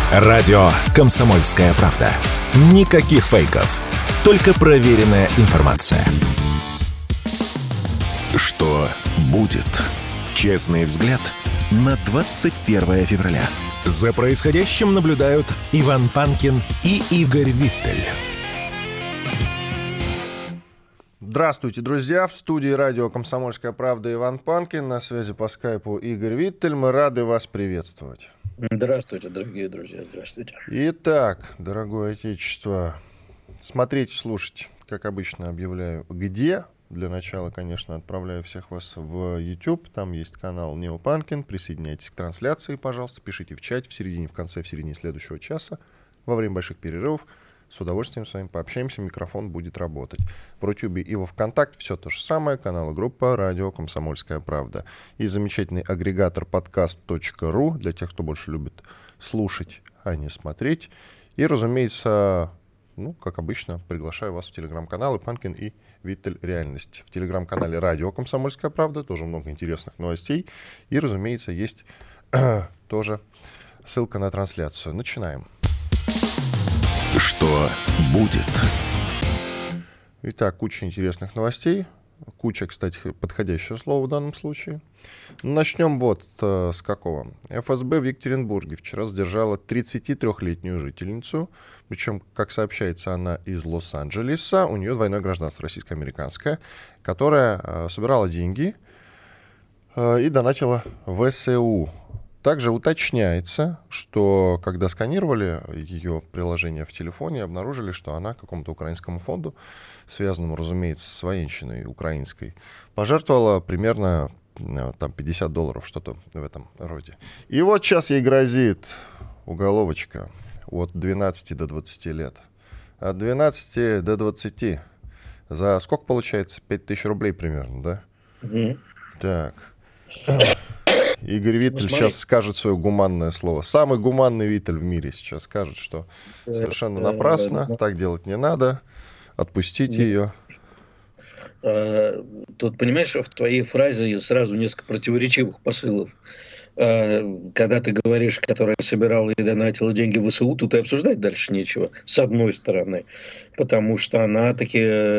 Радио «Комсомольская правда». Никаких фейков. Только проверенная информация. Что будет? Честный взгляд на 21 февраля. За происходящим наблюдают Иван Панкин и Игорь Виттель. Здравствуйте, друзья! В студии радио «Комсомольская правда» Иван Панкин. На связи по скайпу Игорь Виттель. Мы рады вас приветствовать. Здравствуйте, дорогие друзья, здравствуйте. Итак, дорогое отечество, смотрите, слушайте, как обычно объявляю, где. Для начала, конечно, отправляю всех вас в YouTube. Там есть канал Нео Панкин. Присоединяйтесь к трансляции, пожалуйста. Пишите в чате в середине, в конце, в середине следующего часа. Во время больших перерывов. С удовольствием с вами пообщаемся. Микрофон будет работать. В Рутюбе и во ВКонтакте все то же самое. Канал и группа «Радио Комсомольская правда». И замечательный агрегатор подкаст.ру для тех, кто больше любит слушать, а не смотреть. И, разумеется, как обычно, приглашаю вас в телеграм-каналы «Панкин» и «Виттель. Реальность». В телеграм-канале «Радио Комсомольская правда» тоже много интересных новостей. И, разумеется, есть тоже ссылка на трансляцию. Начинаем. Что будет? Итак, куча интересных новостей. Куча, кстати, подходящее слово в данном случае. Начнем с какого. ФСБ в Екатеринбурге вчера задержала 33-летнюю жительницу. Причем, как сообщается, она из Лос-Анджелеса. У нее двойное гражданство, российско-американское, которая собирала деньги и донатила в ВСУ. Также уточняется, что когда сканировали ее приложение в телефоне, обнаружили, что она какому-то украинскому фонду, связанному, разумеется, с военщиной украинской, пожертвовала примерно $50, что-то в этом роде. И вот сейчас ей грозит уголовочка от 12 до 20 лет. От 12 до 20. За сколько получается? 5000 рублей примерно, да? Угу. Так. Игорь Виттель сейчас скажет свое гуманное слово. Самый гуманный Виттель в мире сейчас скажет, что совершенно напрасно, так делать не надо, отпустите ее. Тут, понимаешь, в твоей фразе сразу несколько противоречивых посылов. Когда ты говоришь, которая собирала и донатила деньги в ВСУ, тут и обсуждать дальше нечего, с одной стороны. Потому что она таки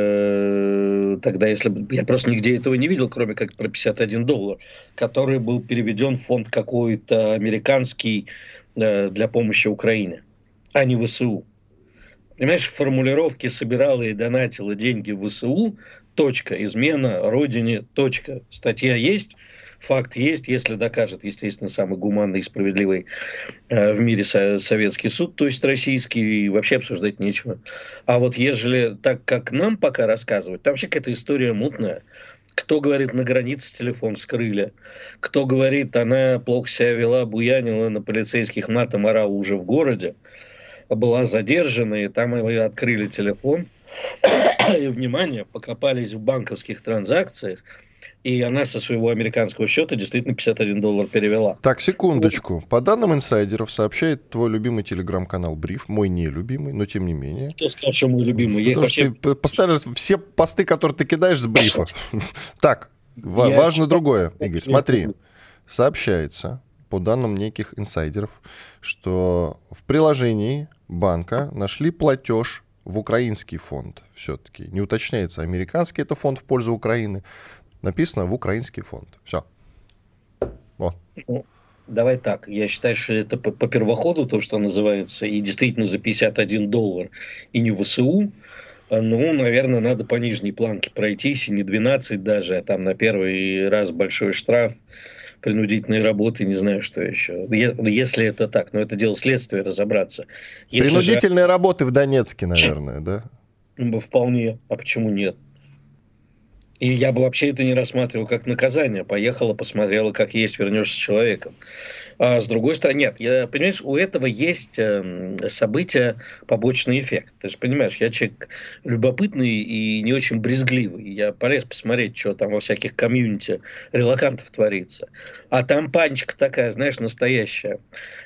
тогда, если бы... Я просто нигде этого не видел, кроме как про $51, который был переведен в фонд какой-то американский для помощи Украине, а не ВСУ. Понимаешь, в формулировке «собирала и донатила деньги в ВСУ», точка, измена родине, точка. Статья есть, факт есть, если докажет, естественно, самый гуманный и справедливый в мире советский суд, то есть российский, вообще обсуждать нечего. А вот ежели так, как нам пока рассказывают, там вообще какая-то история мутная. Кто говорит, на границе телефон вскрыли, кто говорит, она плохо себя вела, буянила на полицейских, матом орала уже в городе, была задержана, и там ее открыли телефон, и, внимание, покопались в банковских транзакциях, и она со своего американского счета действительно $51 перевела. Так, секундочку. По данным инсайдеров, сообщает твой любимый телеграм-канал Бриф, мой нелюбимый, но тем не менее. Кто сказал, что мой любимый? Потому что ты постоянно все посты, которые ты кидаешь, с Брифа. Так, важно другое, Игорь. Смотри, сообщается, по данным неких инсайдеров, что в приложении банка нашли платеж в украинский фонд все-таки. Не уточняется, американский это фонд в пользу Украины. Написано в украинский фонд. Все. Вот. Давай так. Я считаю, что это по первоходу, то, что называется, и действительно за $51, и не в ВСУ. Наверное, надо по нижней планке пройтись, и не 12 даже, а там на первый раз большой штраф, принудительные работы, не знаю, что еще. Если это так, но это дело следствия разобраться. Принудительные работы в Донецке, наверное, да? Вполне. А почему нет? И я бы вообще это не рассматривал как наказание. Поехала, посмотрела, как есть, вернешься с человеком. А с другой стороны, нет. Понимаешь, у этого есть события, побочный эффект. Ты же понимаешь, я человек любопытный и не очень брезгливый. Я полез посмотреть, что там во всяких комьюнити релокантов творится. А там паничка такая, знаешь, настоящая.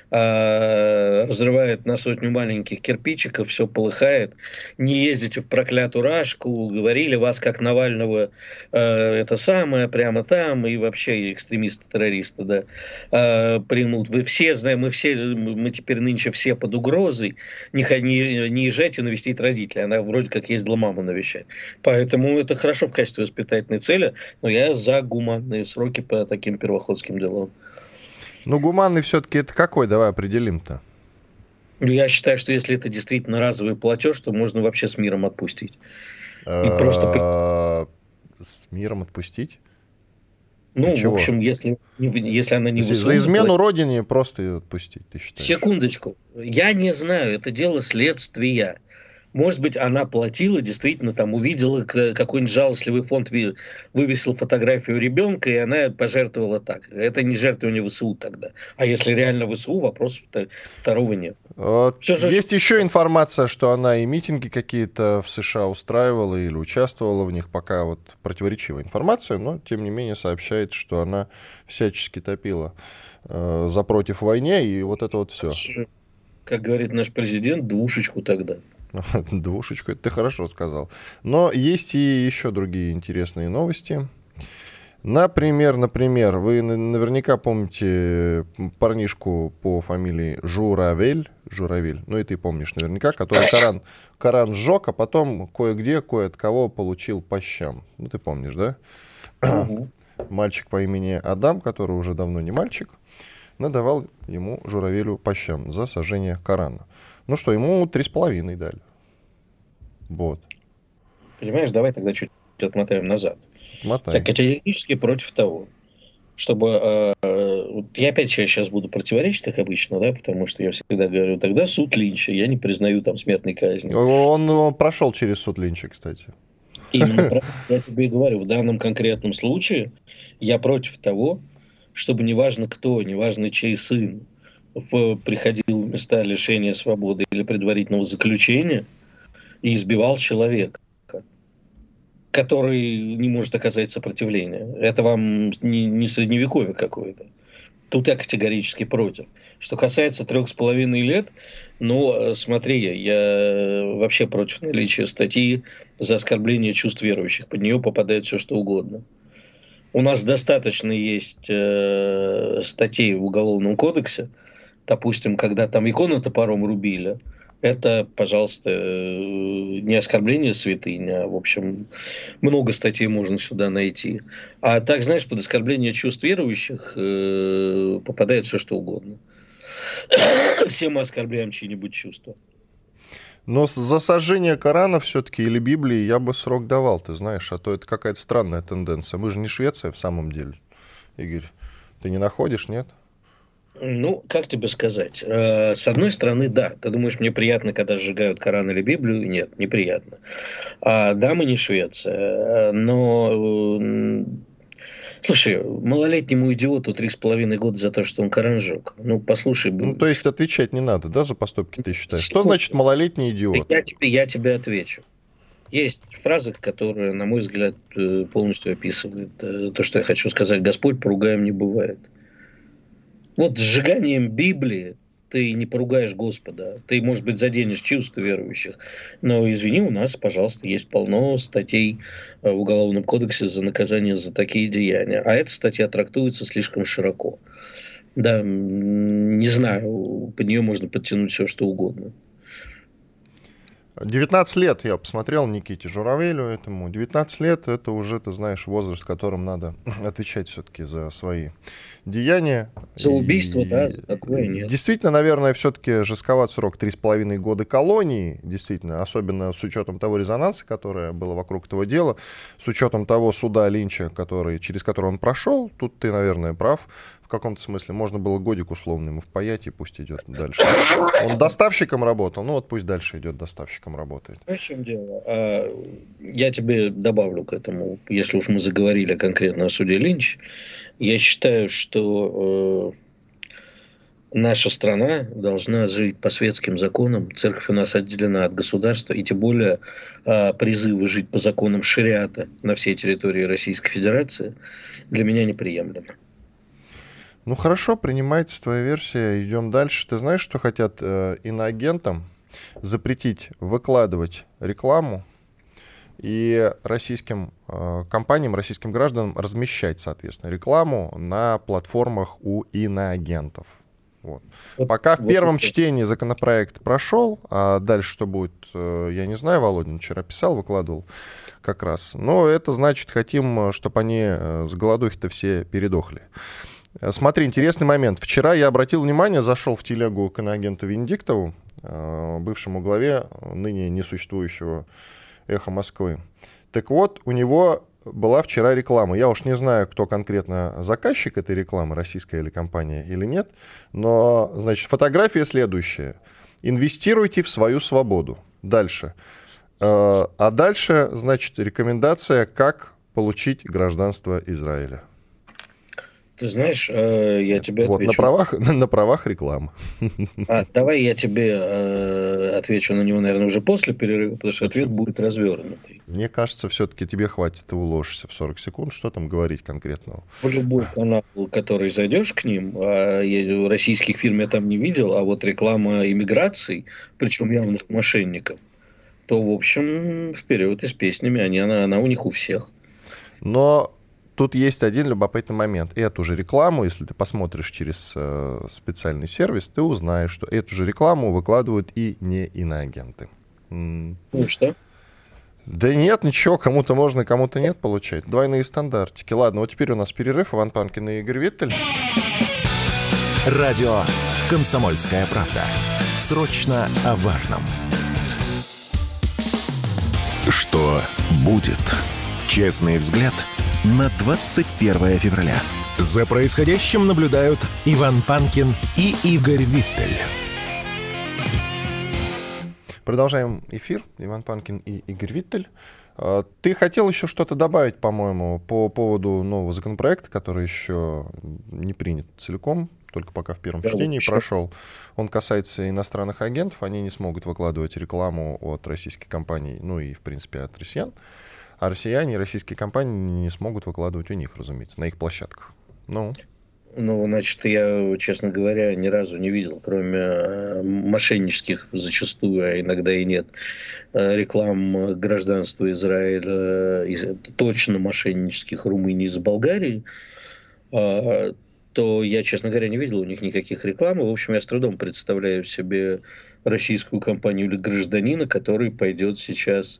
разрывает на сотню маленьких кирпичиков, все полыхает. Не ездите в проклятую Рашку, говорили вас как Навального, это самое, прямо там, и вообще экстремисты-террористы, да, примут. Вы все знаем, мы теперь нынче все под угрозой, не езжайте навестить родителей, она вроде как ездила маму навещать. Поэтому это хорошо в качестве воспитательной цели, но я за гуманные сроки по таким первоходским делам. Ну, гуманный все-таки это какой? Давай определим-то. Я считаю, что если это действительно разовый платеж, то можно вообще с миром отпустить. И просто... С миром отпустить? Ну, в общем, если она не высунет... За измену родине просто отпустить, ты считаешь? Секундочку. Я не знаю, это дело следствия. Может быть, она платила, действительно, там увидела, какой-нибудь жалостливый фонд вывесил фотографию ребенка, и она пожертвовала так. Это не жертвование ВСУ тогда. А если реально ВСУ, вопроса второго нет. Есть еще информация, что она и митинги какие-то в США устраивала или участвовала в них, пока вот противоречивая информация, но, тем не менее, сообщает, что она всячески топила за против войне, и вот это вот все. Как говорит наш президент, двушечку тогда. Двушечку, это ты хорошо сказал. Но есть и еще другие интересные новости. Например, вы наверняка помните парнишку по фамилии Журавель, ну и ты помнишь наверняка, который Коран сжег, а потом кое-где, кое от кого получил по щам. Ну ты помнишь, да? Мальчик по имени Адам, который уже давно не мальчик, надавал ему, Журавелю, по щам за сожжение Корана. Ну что, ему 3,5 дали. Вот. Понимаешь, давай тогда чуть отмотаем назад. Я категорически против того, чтобы... я опять сейчас буду противоречить, как обычно, да, потому что я всегда говорю, тогда суд Линча, я не признаю там смертной казни. Он прошел через суд Линча, кстати. Именно, я тебе и говорю, в данном конкретном случае я против того, чтобы неважно кто, неважно чей сын, приходил в места лишения свободы или предварительного заключения и избивал человека, который не может оказать сопротивление. Это вам не средневековье какое-то. Тут я категорически против. Что касается 3,5 лет, ну, смотри, я вообще против наличия статьи за оскорбление чувств верующих. Под нее попадает все, что угодно. У нас достаточно есть статей в Уголовном кодексе, допустим, когда там икону топором рубили, это, пожалуйста, не оскорбление святыни, а, в общем, много статей можно сюда найти. А так, знаешь, под оскорбление чувств верующих попадает все, что угодно. Все мы оскорбляем чьи-нибудь чувства. Но за сожжение Корана все-таки или Библии я бы срок давал, ты знаешь, а то это какая-то странная тенденция. Мы же не Швеция в самом деле, Игорь. Ты не находишь, нет? Ну, как тебе сказать? С одной стороны, да. Ты думаешь, мне приятно, когда сжигают Коран или Библию? Нет, неприятно. Да, мы не Швеция. Но, слушай, малолетнему идиоту 3,5 года за то, что он Коран сжег. Ну, послушай. Ну, то есть отвечать не надо, да, за поступки, ты считаешь? Что значит малолетний идиот? Я тебе отвечу. Есть фраза, которая, на мой взгляд, полностью описывает то, что я хочу сказать. Господь поругаем не бывает. Вот сжиганием Библии ты не поругаешь Господа. Ты, может быть, заденешь чувства верующих. Но, извини, у нас, пожалуйста, есть полно статей в Уголовном кодексе за наказание за такие деяния. А эта статья трактуется слишком широко. Да, не знаю, под нее можно подтянуть все, что угодно. 19 лет я посмотрел Никите Журавелю этому. 19 лет — это уже, ты знаешь, возраст, в котором надо отвечать все-таки за свои деяния. За убийство, да, за такое нет. Действительно, наверное, все-таки жестковат срок 3,5 года колонии. Действительно, особенно с учетом того резонанса, которое было вокруг этого дела, с учетом того суда Линча, через который он прошел. Тут ты, наверное, прав. В каком-то смысле можно было годик условно ему впаять, и пусть идет дальше. Он доставщиком работал, ну вот пусть дальше идет доставщиком работает. В чем дело? Я тебе добавлю к этому, если уж мы заговорили конкретно о суде Линч. Я считаю, что наша страна должна жить по светским законам. Церковь у нас отделена от государства, и тем более призывы жить по законам шариата на всей территории Российской Федерации для меня неприемлемы. Ну хорошо, принимается твоя версия, идем дальше. Ты знаешь, что хотят иноагентам? Запретить выкладывать рекламу и российским компаниям, российским гражданам размещать, соответственно, рекламу на платформах у иноагентов. Вот. Пока в первом чтении законопроект прошел, а дальше что будет, я не знаю, Володин вчера писал, выкладывал как раз. Но это значит, хотим, чтобы они с голодухи-то все передохли. Смотри, интересный момент. Вчера я обратил внимание, зашел в телегу к иноагенту Венедиктову, бывшему главе ныне несуществующего «Эхо Москвы». Так вот, у него была вчера реклама. Я уж не знаю, кто конкретно заказчик этой рекламы, российская или компания, или нет, но, значит, фотография следующая. «Инвестируйте в свою свободу». Дальше. А дальше, значит, рекомендация, как получить гражданство Израиля. Ты знаешь, я тебе вот, отвечу. На правах рекламы. Давай я тебе отвечу на него, наверное, уже после перерыва, потому что ответ будет развернутый. Мне кажется, все-таки тебе хватит, ты уложишься в 40 секунд. Что там говорить конкретного? В любой канал, который зайдешь к ним, российских фирм я там не видел, а вот реклама иммиграций, причем явных мошенников, то, в общем, вперед и с песнями, она у них у всех. Но тут есть один любопытный момент. Эту же рекламу, если ты посмотришь через специальный сервис, ты узнаешь, что эту же рекламу выкладывают и не иноагенты. Ну что? Да нет, ничего, кому-то можно, кому-то нет получать. Двойные стандартики. Ладно, вот теперь у нас перерыв. Иван Панкин и Игорь Виттель. Радио «Комсомольская правда». Срочно о важном. Что будет? Честный взгляд на 21 февраля. За происходящим наблюдают Иван Панкин и Игорь Виттель. Продолжаем эфир. Иван Панкин и Игорь Виттель. Ты хотел еще что-то добавить, по-моему, по поводу нового законопроекта, который еще не принят целиком, только пока в первом чтении прошел. Он касается иностранных агентов. Они не смогут выкладывать рекламу от российских компаний, ну и, в принципе, от россиян. А россияне и российские компании не смогут выкладывать у них, разумеется, на их площадках. Ну, значит, я, честно говоря, ни разу не видел, кроме мошеннических зачастую, а иногда и нет, реклам гражданства Израиля, точно мошеннических Румынии из Болгарии, то я, честно говоря, не видел у них никаких реклам. В общем, я с трудом представляю себе российскую компанию или гражданина, который пойдет сейчас,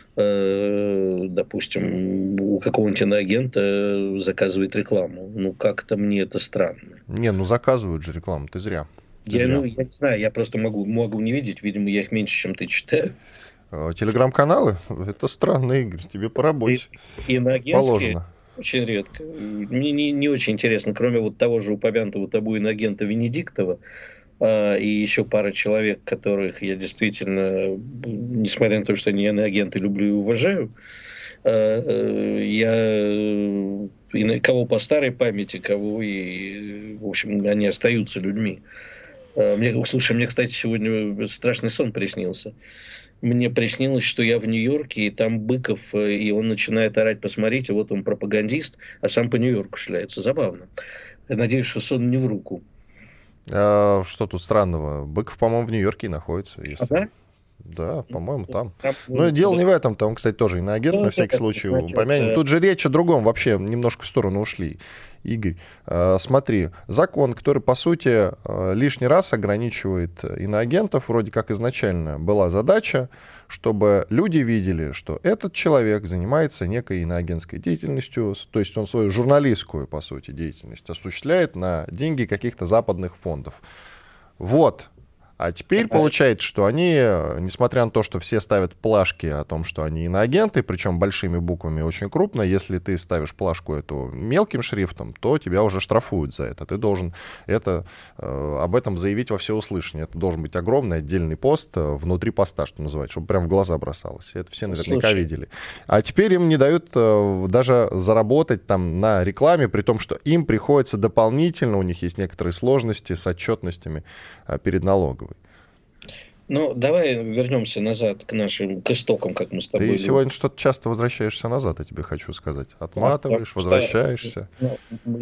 допустим, у какого-нибудь иноагента заказывает рекламу. Ну, как-то мне это странно. Не, заказывают же рекламу, ты зря. Я не знаю, я просто могу не видеть, видимо, я их меньше, чем ты читаю. Телеграм-каналы? Это странно, Игорь, тебе по работе положено. Очень редко. Мне не очень интересно, кроме вот того же упомянутого тобой иноагента Венедиктова, и еще пара человек, которых я действительно, несмотря на то, что они иноагенты, люблю и уважаю, я кого по старой памяти, кого и, в общем, они остаются людьми. Слушай, мне, кстати, сегодня страшный сон приснился. Мне приснилось, что я в Нью-Йорке, и там Быков, и он начинает орать: посмотрите, вот он пропагандист, а сам по Нью-Йорку шляется. Забавно. Я надеюсь, что сон не в руку. Что тут странного? Быков, по-моему, в Нью-Йорке и находится. Если... Да? Да, по-моему, там. Но дело не в этом, там, кстати, тоже иноагент, на всякий случай упомянем. Тут же речь о другом, вообще немножко в сторону ушли. Игорь, смотри, закон, который, по сути, лишний раз ограничивает иноагентов, вроде как изначально была задача, чтобы люди видели, что этот человек занимается некой иноагентской деятельностью, то есть он свою журналистскую, по сути, деятельность осуществляет на деньги каких-то западных фондов. Вот. А теперь получается, что они, несмотря на то, что все ставят плашки о том, что они иноагенты, причем большими буквами очень крупно, если ты ставишь плашку эту мелким шрифтом, то тебя уже штрафуют за это. Ты должен об этом заявить во всеуслышание. Это должен быть огромный отдельный пост внутри поста, что называется, чтобы прям в глаза бросалось. Это все наверняка видели. А теперь им не дают даже заработать там на рекламе, при том, что им приходится дополнительно, у них есть некоторые сложности с отчетностями перед налоговой. Ну, давай вернемся назад к истокам, как мы с тобой Ты любим. сегодня что-то часто возвращаешься назад, я тебе хочу сказать. Потому Отматываешь, что, возвращаешься. ну,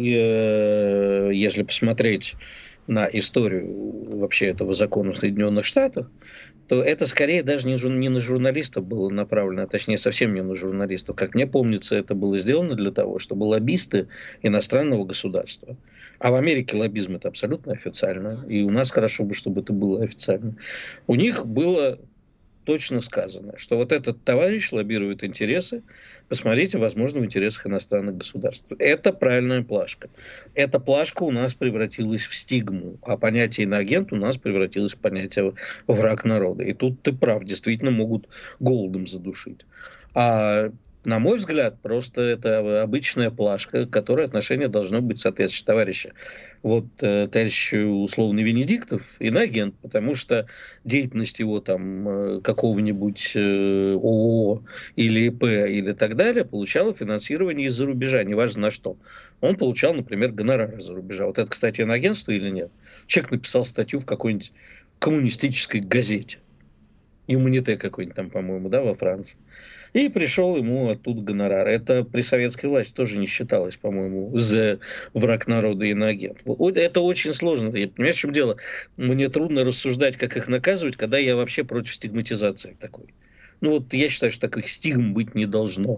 если посмотреть на историю вообще этого закона в Соединенных Штатах, то это скорее даже не на журналистов было направлено, а точнее совсем не на журналистов. Как мне помнится, это было сделано для того, чтобы лоббисты иностранного государства, а в Америке лоббизм это абсолютно официально, и у нас хорошо бы, чтобы это было официально, у них было точно сказано, что вот этот товарищ лоббирует интересы, посмотрите, возможно, в интересах иностранных государств. Это правильная плашка. Эта плашка у нас превратилась в стигму, а понятие иноагент у нас превратилось в понятие враг народа. И тут ты прав, действительно могут голодом задушить. А на мой взгляд, просто это обычная плашка, к которой отношение должно быть соответствующее. Товарищи, вот товарищ условный Венедиктов иноагент, потому что деятельность его там какого-нибудь ООО или ИП или так далее получала финансирование из-за рубежа, неважно на что. Он получал, например, гонорары за рубежа. Вот это, кстати, иноагентство или нет? Человек написал статью в какой-нибудь коммунистической газете. Юманите какой-нибудь там, по-моему, да, во Франции. И пришел ему оттуда гонорар. Это при советской власти тоже не считалось, по-моему, за враг народа и иноагент. Это очень сложно. Понимаешь, в чем дело? Мне трудно рассуждать, как их наказывать, когда я вообще против стигматизации такой. Ну вот я считаю, что таких стигм быть не должно.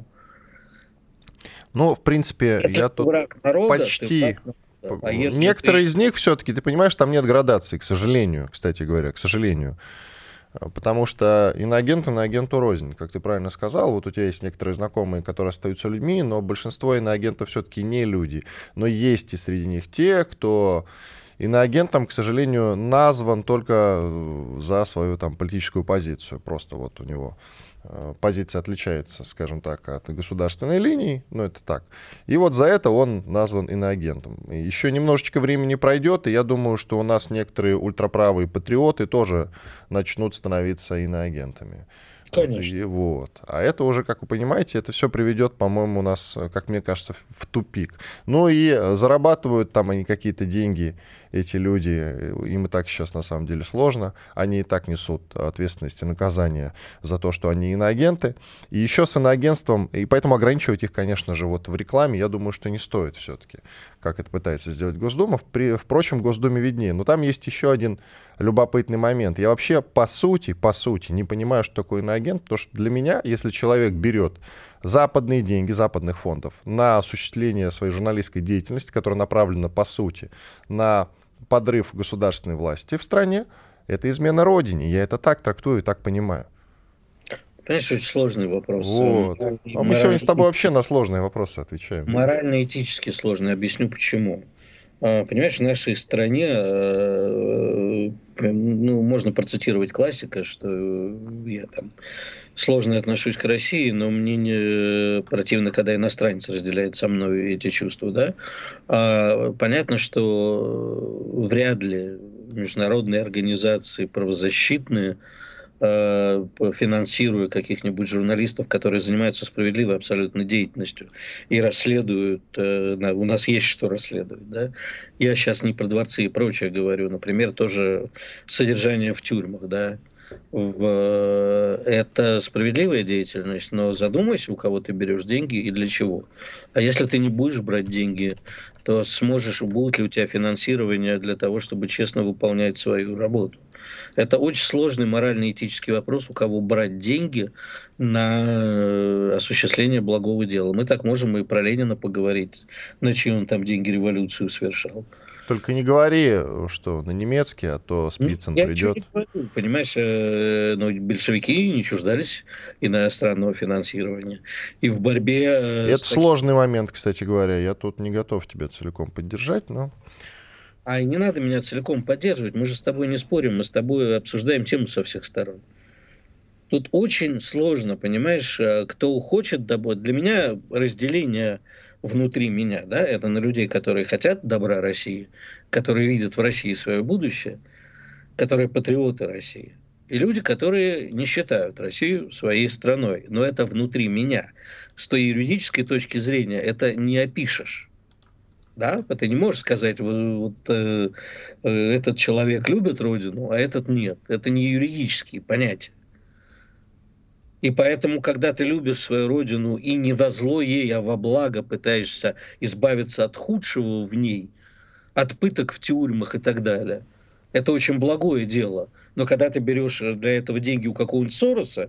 Ну, в принципе, Если я ты тут враг народа, почти... ты враг народа. А если Некоторые ты... из них все-таки, ты понимаешь, там нет градации, к сожалению, кстати говоря, к сожалению. Потому что иноагенту рознь, как ты правильно сказал. Вот у тебя есть некоторые знакомые, которые остаются людьми, но большинство иноагентов все-таки не люди. Но есть и среди них те, кто иноагентом, к сожалению, назван только за свою там политическую позицию. Просто вот у него позиция отличается, скажем так, от государственной линии, ну это так. И вот за это он назван иноагентом. И еще немножечко времени пройдет, и я думаю, что у нас некоторые ультраправые патриоты тоже начнут становиться иноагентами. Конечно. Вот. А это уже, как вы понимаете, это все приведет, по-моему, у нас, как мне кажется, в тупик. Ну и зарабатывают там они какие-то деньги, эти люди, им и так сейчас на самом деле сложно. Они и так несут ответственность и наказание за то, что они иноагенты. И еще с иноагентством, и поэтому ограничивать их, конечно же, вот в рекламе, я думаю, что не стоит все-таки, как это пытается сделать Госдума. Впрочем, Госдуме виднее. Но там есть еще один любопытный момент. Я вообще по сути, не понимаю, что такое иноагент, потому что для меня, если человек берет западные деньги, западных фондов на осуществление своей журналистской деятельности, которая направлена, по сути, на подрыв государственной власти в стране, это измена родине. Я это так трактую и так понимаю. Понимаешь, очень сложный вопрос. Вот. А мы сегодня с тобой вообще на сложные вопросы отвечаем. Морально-этически сложный. Объясню почему. Понимаешь, в нашей стране, ну, можно процитировать классика, что я там сложно отношусь к России, но мне не противно, когда иностранец разделяет со мной эти чувства, да. Понятно, что вряд ли международные организации правозащитные, финансируя каких-нибудь журналистов, которые занимаются справедливой абсолютно деятельностью и расследуют, у нас есть что расследовать, да. Я сейчас не про дворцы и прочее говорю, например, тоже содержание в тюрьмах, да. Это справедливая деятельность, но задумайся, у кого ты берешь деньги и для чего. А если ты не будешь брать деньги, то будет ли у тебя финансирование для того, чтобы честно выполнять свою работу. Это очень сложный морально-этический вопрос, у кого брать деньги на осуществление благого дела. Мы так можем и про Ленина поговорить, на чьи он там деньги революцию совершал. Только не говори, что на немецкий, а то Спицын придет. Понимаешь, большевики не чуждались иностранного финансирования. И в борьбе... Это сложный момент, кстати говоря. Я тут не готов тебя целиком поддержать, но... А и не надо меня целиком поддерживать. Мы же с тобой не спорим, мы с тобой обсуждаем тему со всех сторон. Тут очень сложно, понимаешь, кто хочет добра. Для меня разделение внутри меня, да, это на людей, которые хотят добра России, которые видят в России свое будущее, которые патриоты России, и люди, которые не считают Россию своей страной. Но это внутри меня. С той юридической точки зрения это не опишешь. Да? Ты не можешь сказать, этот человек любит Родину, а этот нет. Это не юридические понятия. И поэтому, когда ты любишь свою Родину и не во зло ей, а во благо пытаешься избавиться от худшего в ней, от пыток в тюрьмах и так далее, это очень благое дело. Но когда ты берешь для этого деньги у какого-нибудь Сороса,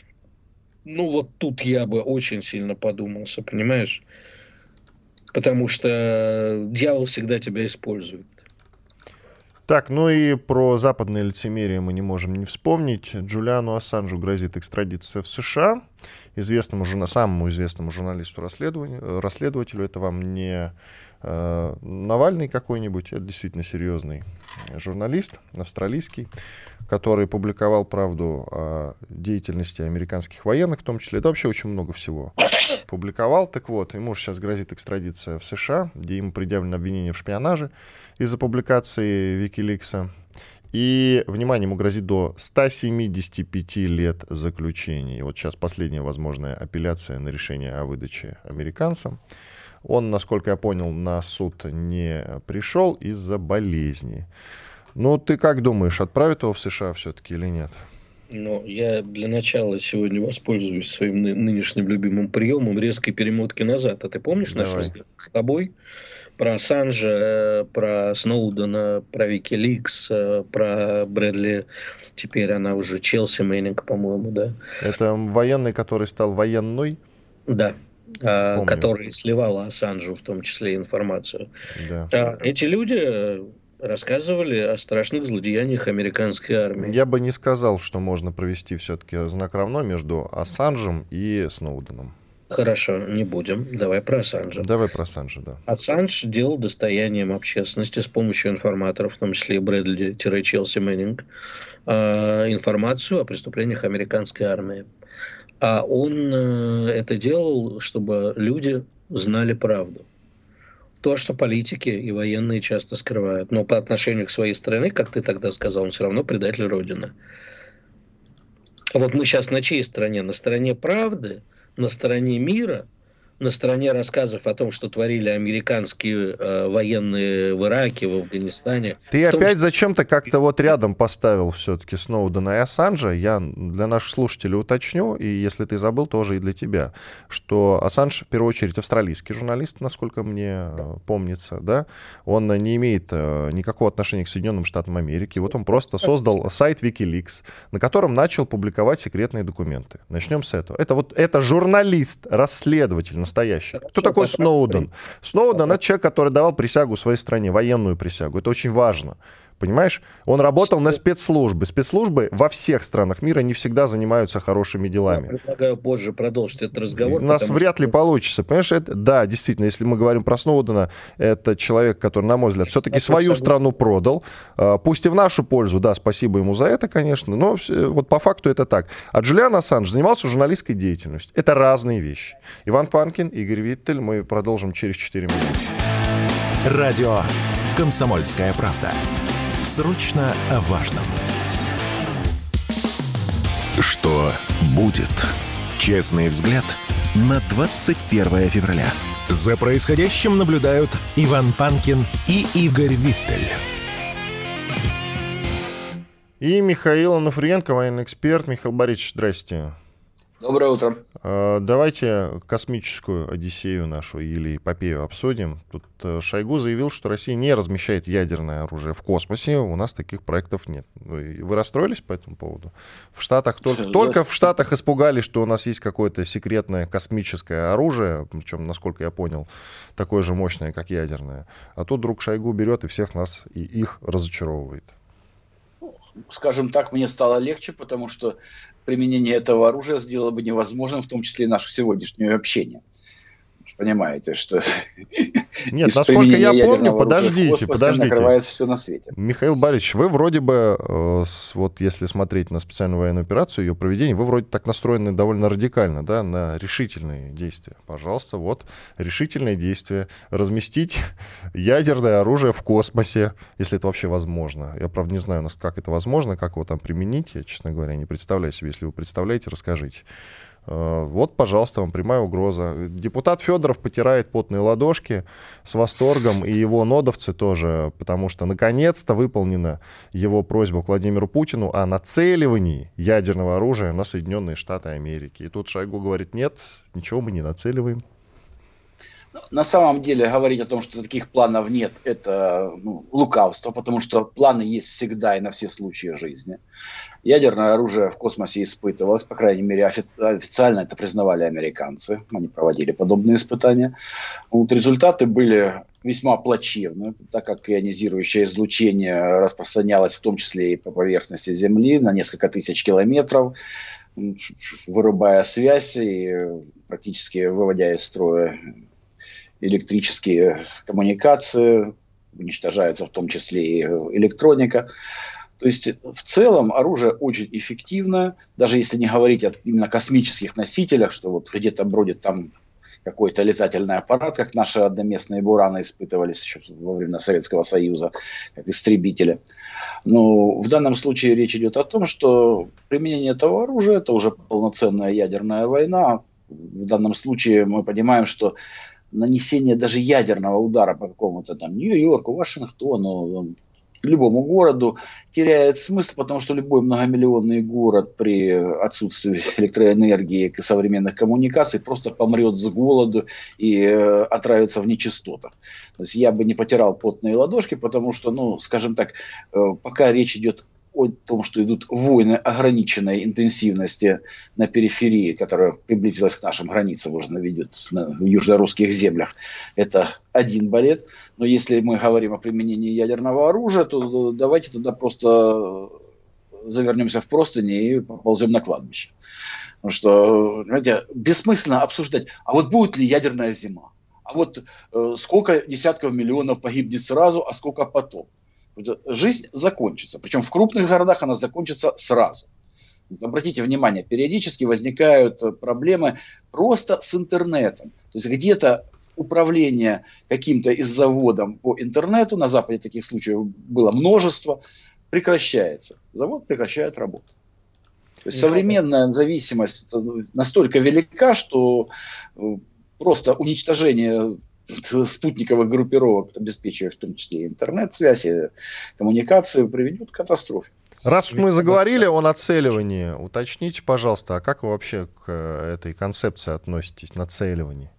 тут я бы очень сильно подумался, понимаешь? Потому что дьявол всегда тебя использует. Так, и про западное лицемерие мы не можем не вспомнить. Джулиану Ассанжу грозит экстрадиция в США. Самому известному журналисту-расследователю. Это вам не Навальный какой-нибудь, это действительно серьезный журналист, австралийский, который публиковал правду о деятельности американских военных, в том числе. Это вообще очень много всего публиковал. Так вот, ему же сейчас грозит экстрадиция в США, где ему предъявлено обвинение в шпионаже из-за публикации Викиликса. И, внимание, ему грозит до 175 лет заключения. И вот сейчас последняя возможная апелляция на решение о выдаче американцам. Он, насколько я понял, на суд не пришел из-за болезни. Ты как думаешь, отправят его в США все-таки или нет? Я для начала сегодня воспользуюсь своим нынешним любимым приемом резкой перемотки назад. А ты помнишь наш разговор с тобой про Ассанжа, про Сноудена, про Викиликс, про Брэдли, теперь она уже Челси Мэннинг, по-моему, да? Это военный, который стал военной? Да. Который сливал Ассанжу, в том числе, информацию. Да. Эти люди рассказывали о страшных злодеяниях американской армии. Я бы не сказал, что можно провести все-таки знак равно между Ассанжем и Сноуденом. Хорошо, не будем. Давай про Ассанжа. Давай про Ассанжа, да. Ассанж делал достоянием общественности с помощью информаторов, в том числе и Брэдли-Челси Мэннинг, информацию о преступлениях американской армии. А он это делал, чтобы люди знали правду. То, что политики и военные часто скрывают. Но по отношению к своей стране, как ты тогда сказал, он все равно предатель Родины. А вот мы сейчас на чьей стороне? На стороне правды, на стороне мира, на стороне рассказов о том, что творили американские военные в Ираке, в Афганистане. Ты опять зачем-то как-то рядом поставил все-таки Сноудена и Ассанжа. Я для наших слушателей уточню, и если ты забыл, тоже и для тебя, что Ассанж, в первую очередь, австралийский журналист, насколько мне помнится, да? Он не имеет никакого отношения к Соединенным Штатам Америки. Вот он просто создал сайт Wikileaks, на котором начал публиковать секретные документы. Начнем с этого. Это журналист, расследователь, настоящий. Кто такой Сноуден? Сноуден — это человек, который давал присягу своей стране, военную присягу. Это очень важно. Понимаешь? Он работал на спецслужбы. Спецслужбы во всех странах мира не всегда занимаются хорошими делами. Я предлагаю позже продолжить этот разговор. У нас вряд ли получится. Понимаешь, да, действительно, если мы говорим про Сноудена, это человек, который, на мой взгляд, все-таки свою страну продал. Пусть и в нашу пользу, да, спасибо ему за это, конечно, но по факту это так. А Джулиан Ассанж занимался журналистской деятельностью. Это разные вещи. Иван Панкин, Игорь Виттель. Мы продолжим через 4 минуты. Радио «Комсомольская правда». Срочно о важном. Что будет? Честный взгляд на 21 февраля. За происходящим наблюдают Иван Панкин и Игорь Виттель. И Михаил Онуфриенко, военный эксперт. Михаил Борисович, здрасте. Доброе утро. Давайте космическую Одиссею нашу или эпопею обсудим. Тут Шойгу заявил, что Россия не размещает ядерное оружие в космосе. У нас таких проектов нет. Вы расстроились по этому поводу? В Штатах только в Штатах испугались, что у нас есть какое-то секретное космическое оружие, причем, насколько я понял, такое же мощное, как ядерное. А тут вдруг Шойгу берет и всех нас и их разочаровывает. Скажем так, мне стало легче, потому что применение этого оружия сделало бы невозможным, в том числе и наше сегодняшнее общение. Понимаете, что... Нет, насколько я помню, подождите. Накрывается все на свете. Михаил Борисович, вы вроде бы, если смотреть на специальную военную операцию, ее проведение, вы вроде так настроены довольно радикально, да, на решительные действия. Пожалуйста, решительные действия. Разместить ядерное оружие в космосе, если это вообще возможно. Я, правда, не знаю, как это возможно, как его там применить. Я, честно говоря, не представляю себе. Если вы представляете, расскажите. Вот, пожалуйста, вам прямая угроза. Депутат Федоров потирает потные ладошки с восторгом, и его нодовцы тоже, потому что наконец-то выполнена его просьба к Владимиру Путину о нацеливании ядерного оружия на Соединенные Штаты Америки. И тут Шойгу говорит: нет, ничего мы не нацеливаем. На самом деле говорить о том, что таких планов нет, это лукавство, потому что планы есть всегда и на все случаи жизни. Ядерное оружие в космосе испытывалось, по крайней мере официально это признавали американцы, они проводили подобные испытания. Результаты были весьма плачевны, так как ионизирующее излучение распространялось в том числе и по поверхности Земли на несколько тысяч километров, вырубая связь и практически выводя из строя электрические коммуникации, уничтожается в том числе и электроника. То есть в целом оружие очень эффективное, даже если не говорить о именно космических носителях, что вот где-то бродит там какой-то летательный аппарат, как наши одноместные бураны испытывались еще во время Советского Союза, как истребители. Но в данном случае речь идет о том, что применение этого оружия – это уже полноценная ядерная война. В данном случае мы понимаем, что нанесение даже ядерного удара по какому-то там Нью-Йорку, Вашингтону, любому городу теряет смысл, потому что любой многомиллионный город при отсутствии электроэнергии и современных коммуникаций просто помрет с голоду и отравится в нечистотах. То есть я бы не потирал потные ладошки, потому что, скажем так, пока речь идет о том, что идут войны ограниченной интенсивности на периферии, которая приблизилась к нашим границам, уже ведет в южно-русских землях, это один балет. Но если мы говорим о применении ядерного оружия, то давайте тогда просто завернемся в простыни и поползем на кладбище. Потому что, знаете, бессмысленно обсуждать, а вот будет ли ядерная зима, а вот сколько десятков миллионов погибнет сразу, а сколько потом. Жизнь закончится. Причем в крупных городах она закончится сразу. Обратите внимание, периодически возникают проблемы просто с интернетом. То есть где-то управление каким-то из заводом по интернету, на Западе таких случаев было множество, прекращается. Завод прекращает работу. То есть современная зависимость настолько велика, что просто уничтожение спутниковых группировок, обеспечивая в том числе интернет-связь и коммуникацию, приведет к катастрофе. Раз мы заговорили о нацеливании, уточните, пожалуйста, а как вы вообще к этой концепции относитесь, нацеливанию?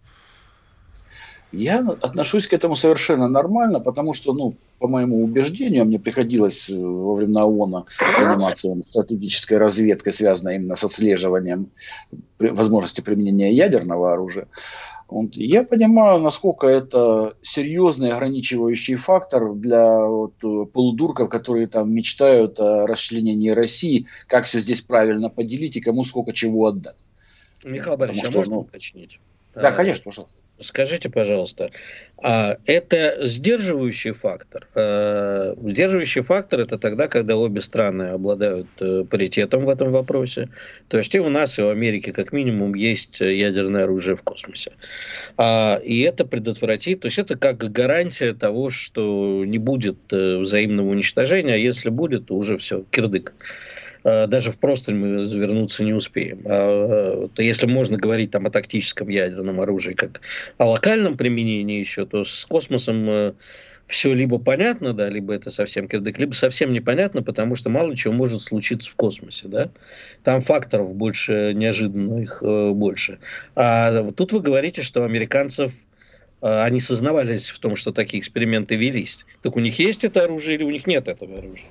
Я отношусь к этому совершенно нормально, потому что, по моему убеждению, мне приходилось во времена ООНа заниматься стратегической разведкой, связанной именно с отслеживанием возможности применения ядерного оружия. Я понимаю, насколько это серьезный ограничивающий фактор для полудурков, которые там мечтают о расчленении России, как все здесь правильно поделить и кому сколько чего отдать. Михаил Борисович, можно уточнить? Да, конечно, пожалуйста. Скажите, пожалуйста, это сдерживающий фактор? Сдерживающий фактор – это тогда, когда обе страны обладают паритетом в этом вопросе. То есть и у нас, и у Америки как минимум есть ядерное оружие в космосе. И это предотвратит, то есть это как гарантия того, что не будет взаимного уничтожения, а если будет, то уже все, кирдык. Даже в простынь мы завернуться не успеем. То если можно говорить там о тактическом ядерном оружии, как о локальном применении еще, то с космосом все либо понятно, да, либо это совсем кирдык, либо совсем непонятно, потому что мало чего может случиться в космосе, да. Там факторов больше, неожиданных больше. А тут вы говорите, что американцев они сознавались в том, что такие эксперименты велись. Так у них есть это оружие или у них нет этого оружия?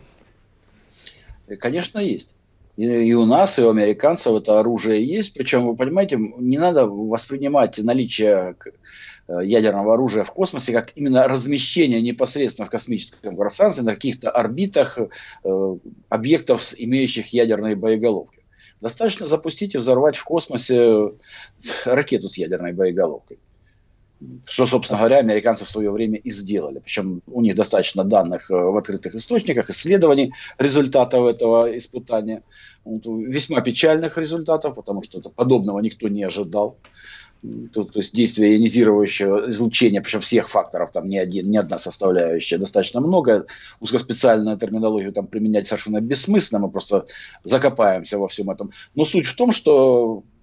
Конечно, есть. И у нас, и у американцев это оружие есть. Причем, вы понимаете, не надо воспринимать наличие ядерного оружия в космосе как именно размещение непосредственно в космическом пространстве на каких-то орбитах объектов, имеющих ядерные боеголовки. Достаточно запустить и взорвать в космосе ракету с ядерной боеголовкой. Что, собственно говоря, американцы в свое время и сделали. Причем у них достаточно данных в открытых источниках, исследований результатов этого испытания. Весьма печальных результатов, потому что подобного никто не ожидал. То есть действие ионизирующего излучения, причем всех факторов, там не одна составляющая, достаточно много. Узкоспециальную терминологию там применять совершенно бессмысленно, мы просто закопаемся во всем этом. Но суть в том, что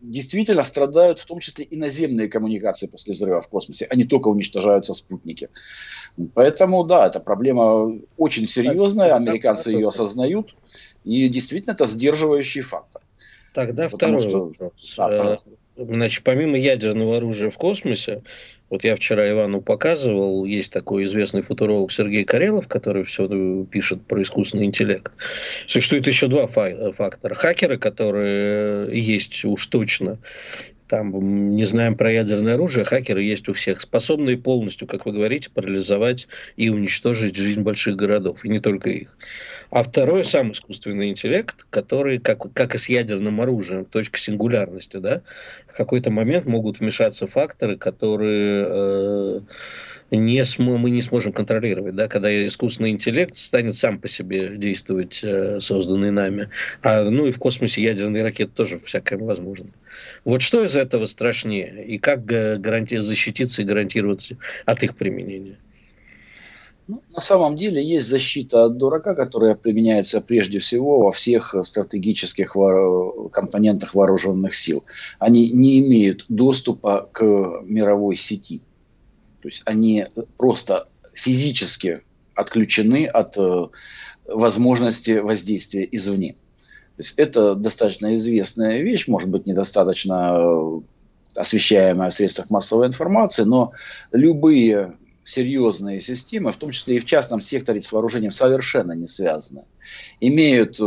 действительно страдают в том числе и наземные коммуникации после взрыва в космосе, а не только уничтожаются спутники. Поэтому, да, эта проблема очень серьезная, американцы ее осознают, и действительно это сдерживающий фактор. Тогда второй вопрос. Значит, помимо ядерного оружия в космосе, вот я вчера Ивану показывал, есть такой известный футуролог Сергей Карелов, который все пишет про искусственный интеллект. Существует еще два фактора. Хакеры, которые есть уж точно. Там не знаем про ядерное оружие, хакеры есть у всех, способные полностью, как вы говорите, парализовать и уничтожить жизнь больших городов, и не только их. А второй, сам искусственный интеллект, который, как и с ядерным оружием, точка сингулярности, да, в какой-то момент могут вмешаться факторы, которые мы не сможем контролировать, да, когда искусственный интеллект станет сам по себе действовать, созданный нами. Ну и в космосе ядерные ракеты тоже всякое возможно. Вот что из этого страшнее? И как защититься и гарантироваться от их применения? Ну, на самом деле есть защита от дурака, которая применяется прежде всего во всех стратегических компонентах вооруженных сил. Они не имеют доступа к мировой сети. То есть они просто физически отключены от возможности воздействия извне. То есть это достаточно известная вещь, может быть, недостаточно освещаемая в средствах массовой информации, но любые серьезные системы, в том числе и в частном секторе с вооружением совершенно не связаны, имеют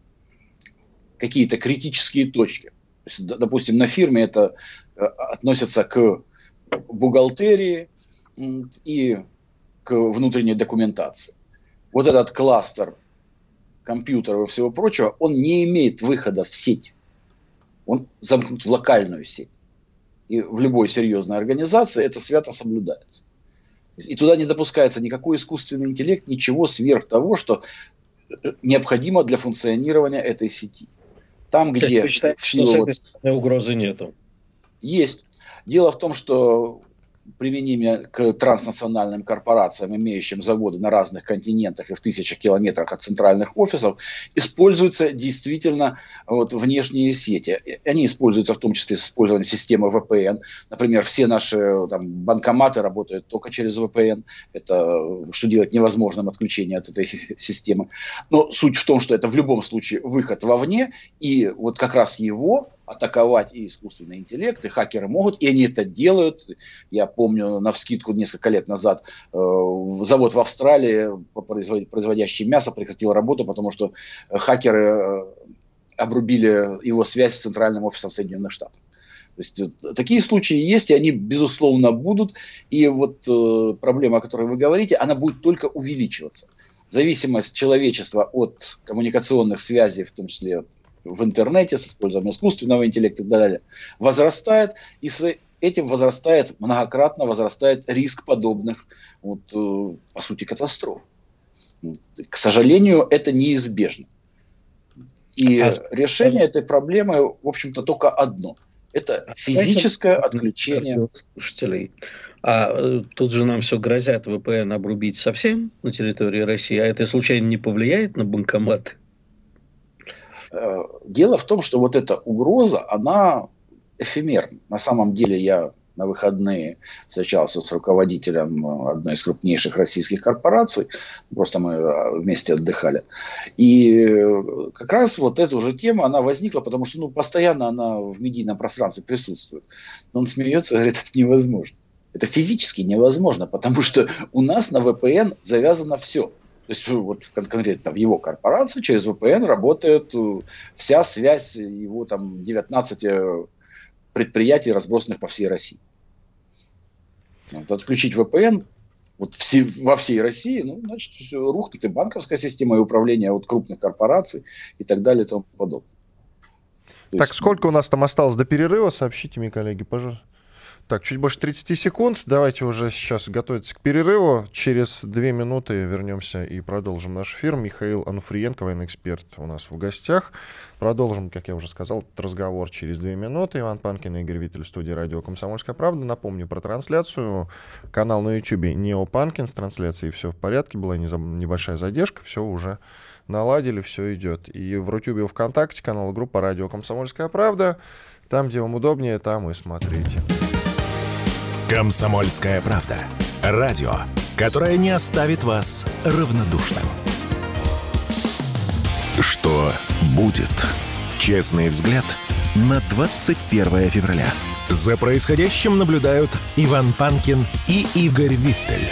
какие-то критические точки. То есть, допустим, на фирме это относится к бухгалтерии и к внутренней документации. Вот этот кластер компьютеров и всего прочего, он не имеет выхода в сеть. Он замкнут в локальную сеть. И в любой серьезной организации это свято соблюдается. И туда не допускается никакой искусственный интеллект, ничего сверх того, что необходимо для функционирования этой сети. Там, где... То есть вы считаете, что с этой стороны угрозы нету? Есть. Дело в том, что применение к транснациональным корпорациям, имеющим заводы на разных континентах и в тысячах километрах от центральных офисов, используются действительно внешние сети. Они используются в том числе с использованием системы VPN. Например, все наши банкоматы работают только через VPN. Это что делать невозможным отключение от этой системы. Но суть в том, что это в любом случае выход вовне, и вот как раз его атаковать и искусственный интеллект, и хакеры могут, и они это делают. Я помню, навскидку несколько лет назад завод в Австралии, производящий мясо, прекратил работу, потому что хакеры обрубили его связь с центральным офисом Соединенных Штатов. То есть такие случаи есть, и они, безусловно, будут. И вот проблема, о которой вы говорите, она будет только увеличиваться. Зависимость человечества от коммуникационных связей, в том числе в интернете, с использованием искусственного интеллекта и так далее, возрастает, и с этим многократно возрастает риск подобных, по сути, катастроф. К сожалению, это неизбежно. И решение этой проблемы, в общем-то, только одно. Это физическое отключение. Слушателей. А тут же нам все грозят VPN обрубить совсем на территории России, а это случайно не повлияет на банкоматы? Дело в том, что вот эта угроза, она эфемерна. На самом деле я на выходные встречался с руководителем одной из крупнейших российских корпораций. Просто мы вместе отдыхали. И как раз вот эта уже тема, она возникла, потому что постоянно она в медийном пространстве присутствует. Но он смеется и говорит, это невозможно. Это физически невозможно, потому что у нас на VPN завязано все. То есть вот конкретно в его корпорации через VPN работает вся связь его 19 предприятий, разбросанных по всей России. Отключить VPN во всей России, значит, рухнет и банковская система, и управление крупных корпораций и так далее и тому подобное. Так, сколько у нас там осталось до перерыва? Сообщите мне, коллеги, пожалуйста. Так, чуть больше 30 секунд. Давайте уже сейчас готовиться к перерыву. Через 2 минуты вернемся и продолжим наш эфир. Михаил Ануфриенко, военный эксперт, у нас в гостях. Продолжим, как я уже сказал, этот разговор через 2 минуты. Иван Панкин и Игорь Виттель в студии радио «Комсомольская правда». Напомню про трансляцию. Канал на YouTube «Нео Панкин» с трансляцией все в порядке. Была небольшая задержка, все уже наладили, все идет. И в Рутюбе, ВКонтакте, канал группа «Радио Комсомольская правда». Там, где вам удобнее, там и смотрите. «Комсомольская правда». Радио, которое не оставит вас равнодушным. Что будет? Честный взгляд на 21 февраля. За происходящим наблюдают Иван Панкин и Игорь Виттель.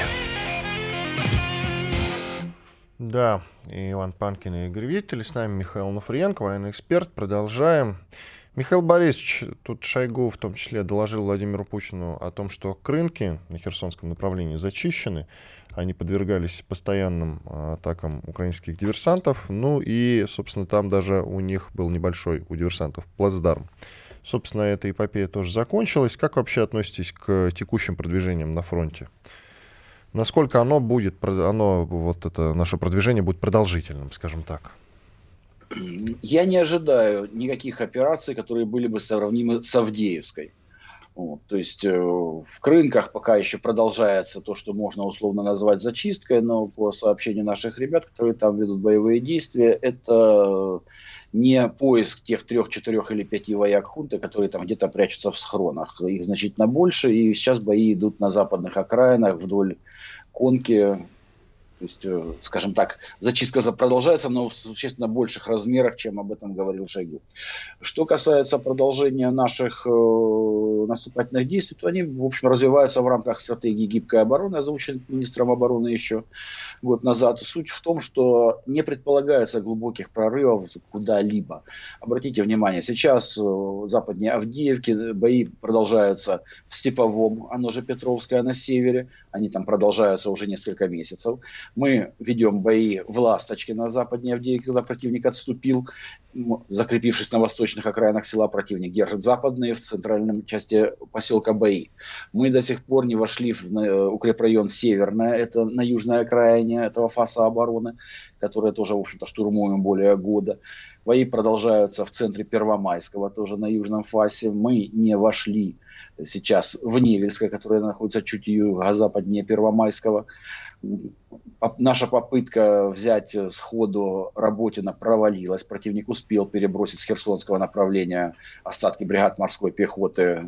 Да, Иван Панкин и Игорь Виттель. С нами Михаил Онуфриенко, военный эксперт. Продолжаем. Михаил Борисович, тут Шойгу в том числе доложил Владимиру Путину о том, что Крынки на Херсонском направлении зачищены. Они подвергались постоянным атакам украинских диверсантов. Ну и, собственно, там даже у них был небольшой, у диверсантов, плацдарм. Собственно, эта эпопея тоже закончилась. Как вообще относитесь к текущим продвижениям на фронте? Насколько вот это наше продвижение будет продолжительным, скажем так? Я не ожидаю никаких операций, которые были бы сравнимы с Авдеевской. Вот, то есть в Крынках пока еще продолжается то, что можно условно назвать зачисткой, но по сообщению наших ребят, которые там ведут боевые действия, это не поиск тех 3, 4 или 5 вояк хунты, которые там где-то прячутся в схронах. Их значительно больше, и сейчас бои идут на западных окраинах вдоль Конки. То есть, скажем так, зачистка продолжается, но в существенно больших размерах, чем об этом говорил Шойгу. Что касается продолжения наших наступательных действий, то они, в общем, развиваются в рамках стратегии гибкой обороны, озвученной министром обороны еще год назад. Суть в том, что не предполагается глубоких прорывов куда-либо. Обратите внимание, сейчас западнее Авдеевки бои продолжаются в Степовом, оно же Петровское на севере. Они там продолжаются уже несколько месяцев. Мы ведем бои в Ласточке на западнее Авдеевке, когда противник отступил, закрепившись на восточных окраинах села. Противник держит западные, в центральной части поселка бои. Мы до сих пор не вошли в укрепрайон Северное, это на южной окраине этого фаса обороны, которое тоже, в общем-то, штурмуем более года. Бои продолжаются в центре Первомайского, тоже на южном фасе. Мы не вошли сейчас в Невельское, которое находится чуть юго-западнее Первомайского. Наша попытка взять сходу Работино провалилась. Противник успел перебросить с Херсонского направления остатки бригад морской пехоты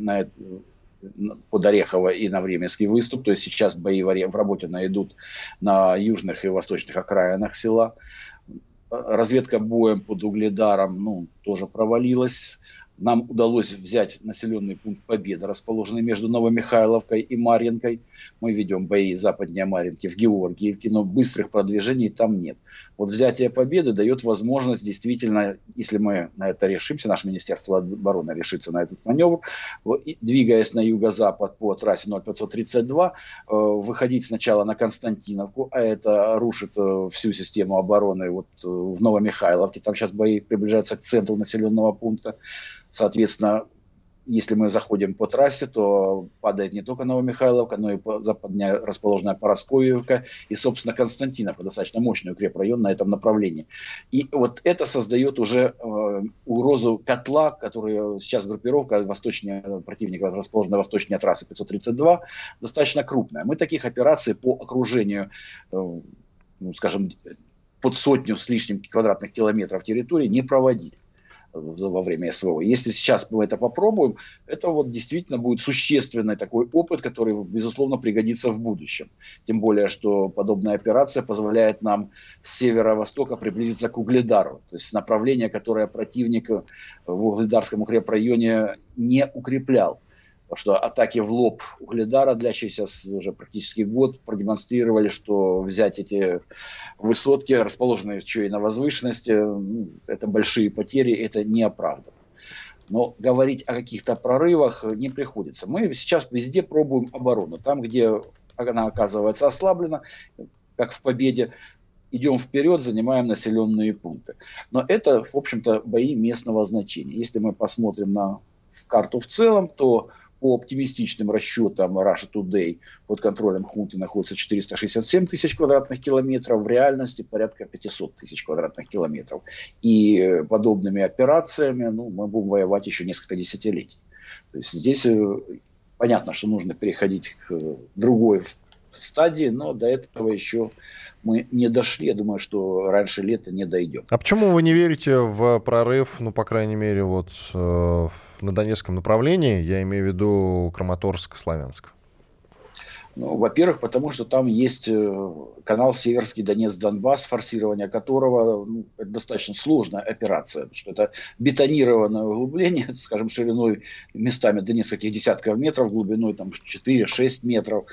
под Орехово и на Временский выступ. То есть сейчас бои в Работино идут на южных и восточных окраинах села. Разведка боем под Угледаром тоже провалилась. Нам удалось взять населенный пункт Победа, расположенный между Новомихайловкой и Марьинкой. Мы ведем бои западнее Марьинки в Георгиевке, но быстрых продвижений там нет. Вот взятие Победы дает возможность действительно, если мы на это решимся, наше Министерство обороны решится на этот маневр, двигаясь на юго-запад по трассе 0532, выходить сначала на Константиновку, а это рушит всю систему обороны в Новомихайловке. Там сейчас бои приближаются к центру населенного пункта. Соответственно, если мы заходим по трассе, то падает не только Новомихайловка, но и западнее расположенная Поросковьевка и, собственно, Константиновка, достаточно мощный укрепрайон на этом направлении. И вот это создает уже угрозу котла, который сейчас группировка восточнее противника, расположенная восточнее трассы 532, достаточно крупная. Мы таких операций по окружению, скажем, под 100 с лишним квадратных километров территории не проводили во время СВО. Если сейчас мы это попробуем, это действительно будет существенный такой опыт, который, безусловно, пригодится в будущем. Тем более, что подобная операция позволяет нам с северо-востока приблизиться к Угледару. То есть направление, которое противник в Угледарском укрепрайоне не укреплял. Потому что атаки в лоб Угледара, длящиеся уже практически год, продемонстрировали, что взять эти высотки, расположенные еще и на возвышенности, это большие потери, это не оправдано. Но говорить о каких-то прорывах не приходится. Мы сейчас везде пробуем оборону. Там, где она оказывается ослаблена, как в Победе, идем вперед, занимаем населенные пункты. Но это, в общем-то, бои местного значения. Если мы посмотрим на карту в целом, то по оптимистичным расчетам Russia Today под контролем хунты находится 467 тысяч квадратных километров, в реальности порядка 500 тысяч квадратных километров. И подобными операциями мы будем воевать еще несколько десятилетий. То есть здесь понятно, что нужно переходить к другой стадии, но до этого еще мы не дошли. Я думаю, что раньше лета не дойдем. А почему вы не верите в прорыв, ну, по крайней мере, вот на Донецком направлении, я имею в виду Краматорск-Славянск? Ну, во-первых, потому что там есть канал Северский Донец-Донбасс, форсирование которого это достаточно сложная операция, потому что это бетонированное углубление, скажем, шириной местами до нескольких десятков метров, глубиной там 4-6 метров.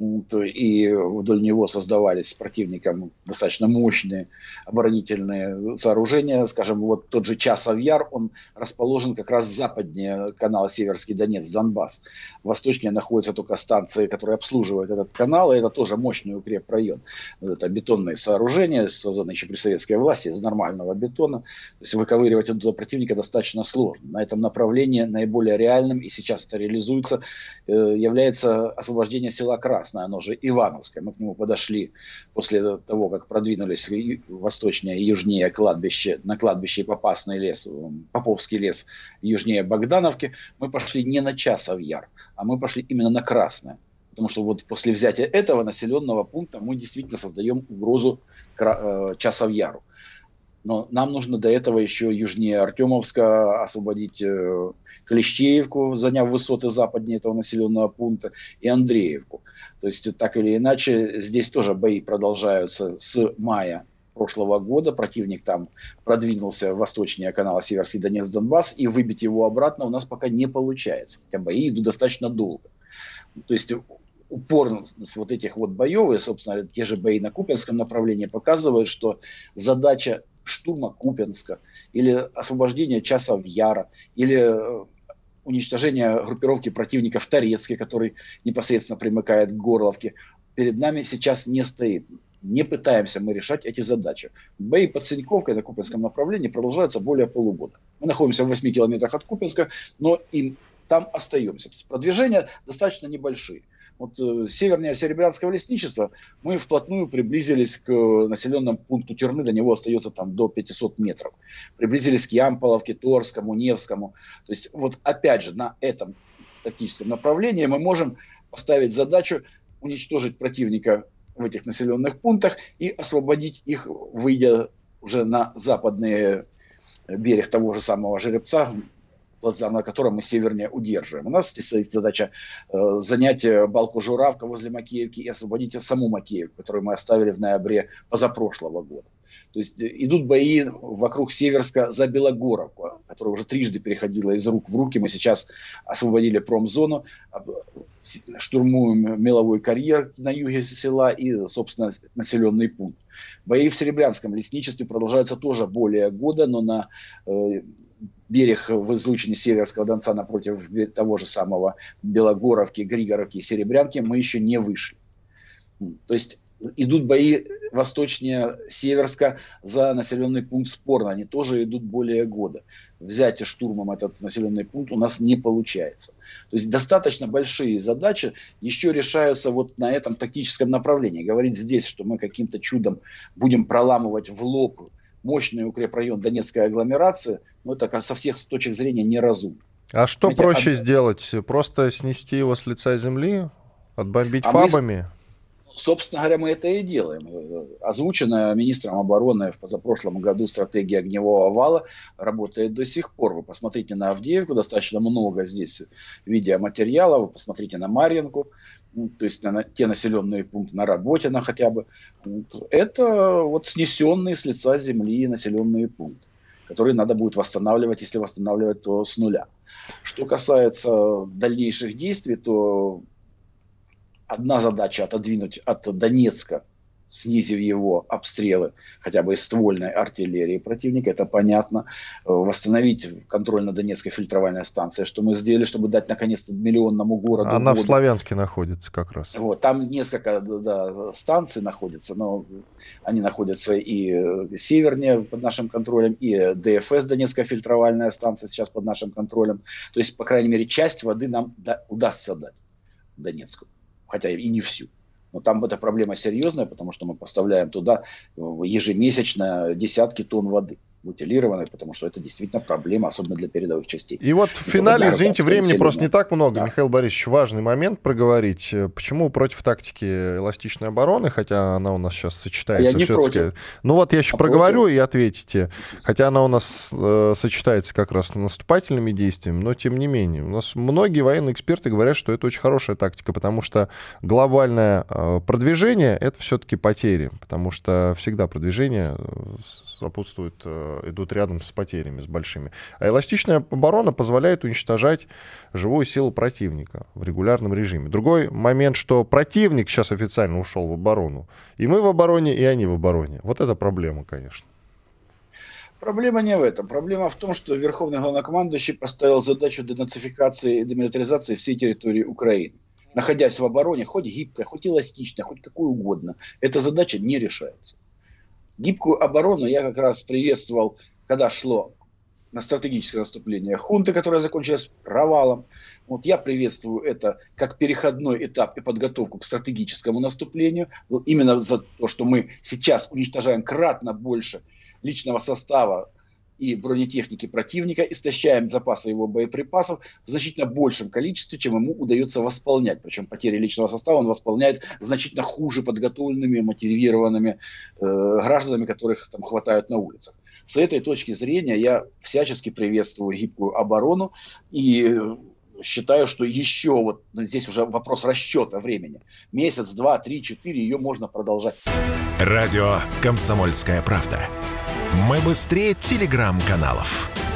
И вдоль него создавались с противником достаточно мощные оборонительные сооружения. Скажем, вот тот же Часов Яр, он расположен как раз западнее канала Северский Донец-Донбасс. Восточнее находятся только станции, которые обслуживают этот канал, и это тоже мощный укрепрайон. Это бетонные сооружения, созданные еще при советской власти из нормального бетона. То есть выковыривать оттуда противника достаточно сложно. На этом направлении наиболее реальным, и сейчас это реализуется, является освобождение села Красное, оно же Ивановское. Мы к нему подошли после того, как продвинулись восточнее и южнее кладбище, на кладбище Попасный лес, Поповский лес, южнее Богдановки. Мы пошли не на Часов Яр, а мы пошли именно на Красное. Потому что вот после взятия этого населенного пункта мы действительно создаем угрозу Часов Яру. Но нам нужно до этого еще южнее Артемовска освободить Клещеевку, заняв высоты западнее этого населенного пункта, и Андреевку. То есть, так или иначе, здесь тоже бои продолжаются с мая прошлого года. Противник там продвинулся восточнее канала Северский Донец-Донбасс, и выбить его обратно у нас пока не получается. Хотя бои идут достаточно долго. То есть упорность вот этих вот боев, и, собственно, те же бои на Купянском направлении показывают, что задача штурма Купянска или освобождения Часов Яра или уничтожения группировки противника в Торецке, который непосредственно примыкает к Горловке, перед нами сейчас не стоит. Не пытаемся мы решать эти задачи. Бои под Синьковкой на Купянском направлении продолжаются более полугода. Мы находимся в 8 километрах от Купянска, но им там остаемся. То есть продвижения достаточно небольшие. Вот севернее Серебрянского лесничества мы вплотную приблизились к населенному пункту Терны, до него остается там до 500 метров. Приблизились к Ямполовке, Торскому, Невскому. То есть вот опять же на этом тактическом направлении мы можем поставить задачу уничтожить противника в этих населенных пунктах и освободить их, выйдя уже на западный берег того же самого Жеребца, плацдарм, на котором мы севернее удерживаем. У нас здесь стоит задача занять балку Журавка возле Макеевки и освободить саму Макеевку, которую мы оставили в ноябре позапрошлого года. То есть идут бои вокруг Северска за Белогоровку, которая уже трижды переходила из рук в руки. Мы сейчас освободили промзону, штурмуем меловой карьер на юге села и, собственно, населенный пункт. Бои в Серебрянском лесничестве продолжаются тоже более года, но на берег в излучине Северского Донца напротив того же самого Белогоровки, Григоровки и Серебрянки мы еще не вышли. То есть идут бои восточнее Северска за населенный пункт Спорно. Они тоже идут более года. Взять штурмом этот населенный пункт у нас не получается. То есть достаточно большие задачи еще решаются вот на этом тактическом направлении. Говорить здесь, что мы каким-то чудом будем проламывать в лоб мощный укрепрайон Донецкой агломерации, ну это со всех точек зрения неразумно. А что проще сделать? Просто снести его с лица земли? Отбомбить фабами? Собственно говоря, мы это и делаем. Озвученная министром обороны в позапрошлом году стратегия огневого вала работает до сих пор. Вы посмотрите на Авдеевку, достаточно много здесь видеоматериалов. Вы посмотрите на Марьинку, то есть на те населенные пункты, на Работино хотя бы. Это вот снесенные с лица земли населенные пункты, которые надо будет восстанавливать, если восстанавливать, то с нуля. Что касается дальнейших действий, то одна задача — отодвинуть от Донецка, снизив его обстрелы хотя бы из ствольной артиллерии противника, это понятно. Восстановить контроль над Донецкой фильтровальной станцией, что мы сделали, чтобы дать наконец-то миллионному городу Она воду. В Славянске находится как раз. Вот, там несколько станций находится, но они находятся и севернее под нашим контролем, и ДФС, Донецкая фильтровальная станция, сейчас под нашим контролем. То есть, по крайней мере, часть воды нам удастся дать Донецку. Хотя и не всю. Но там эта проблема серьезная, потому что мы поставляем туда ежемесячно десятки тонн воды. мутилированы, потому что это действительно проблема, особенно для передовых частей. И вот в финале, извините, времени просто не так много. Да. Михаил Борисович, важный момент проговорить. Почему против тактики эластичной обороны, хотя она у нас сейчас сочетается все-таки... Ну вот я еще проговорю и ответите. Хотя она у нас сочетается как раз с наступательными действиями, но тем не менее. У нас многие военные эксперты говорят, что это очень хорошая тактика, потому что глобальное продвижение — это все-таки потери, потому что всегда продвижение сопутствует, идут рядом с потерями, с большими. А эластичная оборона позволяет уничтожать живую силу противника в регулярном режиме. Другой момент, что противник сейчас официально ушел в оборону. И мы в обороне, и они в обороне. Вот это проблема, конечно. Проблема не в этом. Проблема в том, что Верховный Главнокомандующий поставил задачу денацификации и демилитаризации всей территории Украины. Находясь в обороне, хоть гибкой, хоть эластичной, хоть какой угодно, эта задача не решается. Гибкую оборону я как раз приветствовал, когда шло на стратегическое наступление хунты, которое закончилось провалом. Вот я приветствую это как переходной этап и подготовку к стратегическому наступлению. Именно за то, что мы сейчас уничтожаем кратно больше личного состава и бронетехники противника, истощаем запасы его боеприпасов в значительно большем количестве, чем ему удается восполнять. Причем потери личного состава он восполняет значительно хуже подготовленными, мотивированными гражданами, которых там хватают на улицах. С этой точки зрения я всячески приветствую гибкую оборону и считаю, что еще вот здесь уже вопрос расчета времени. Месяц, 2, 3, 4 ее можно продолжать. Радио «Комсомольская правда». Мы быстрее телеграм-каналов.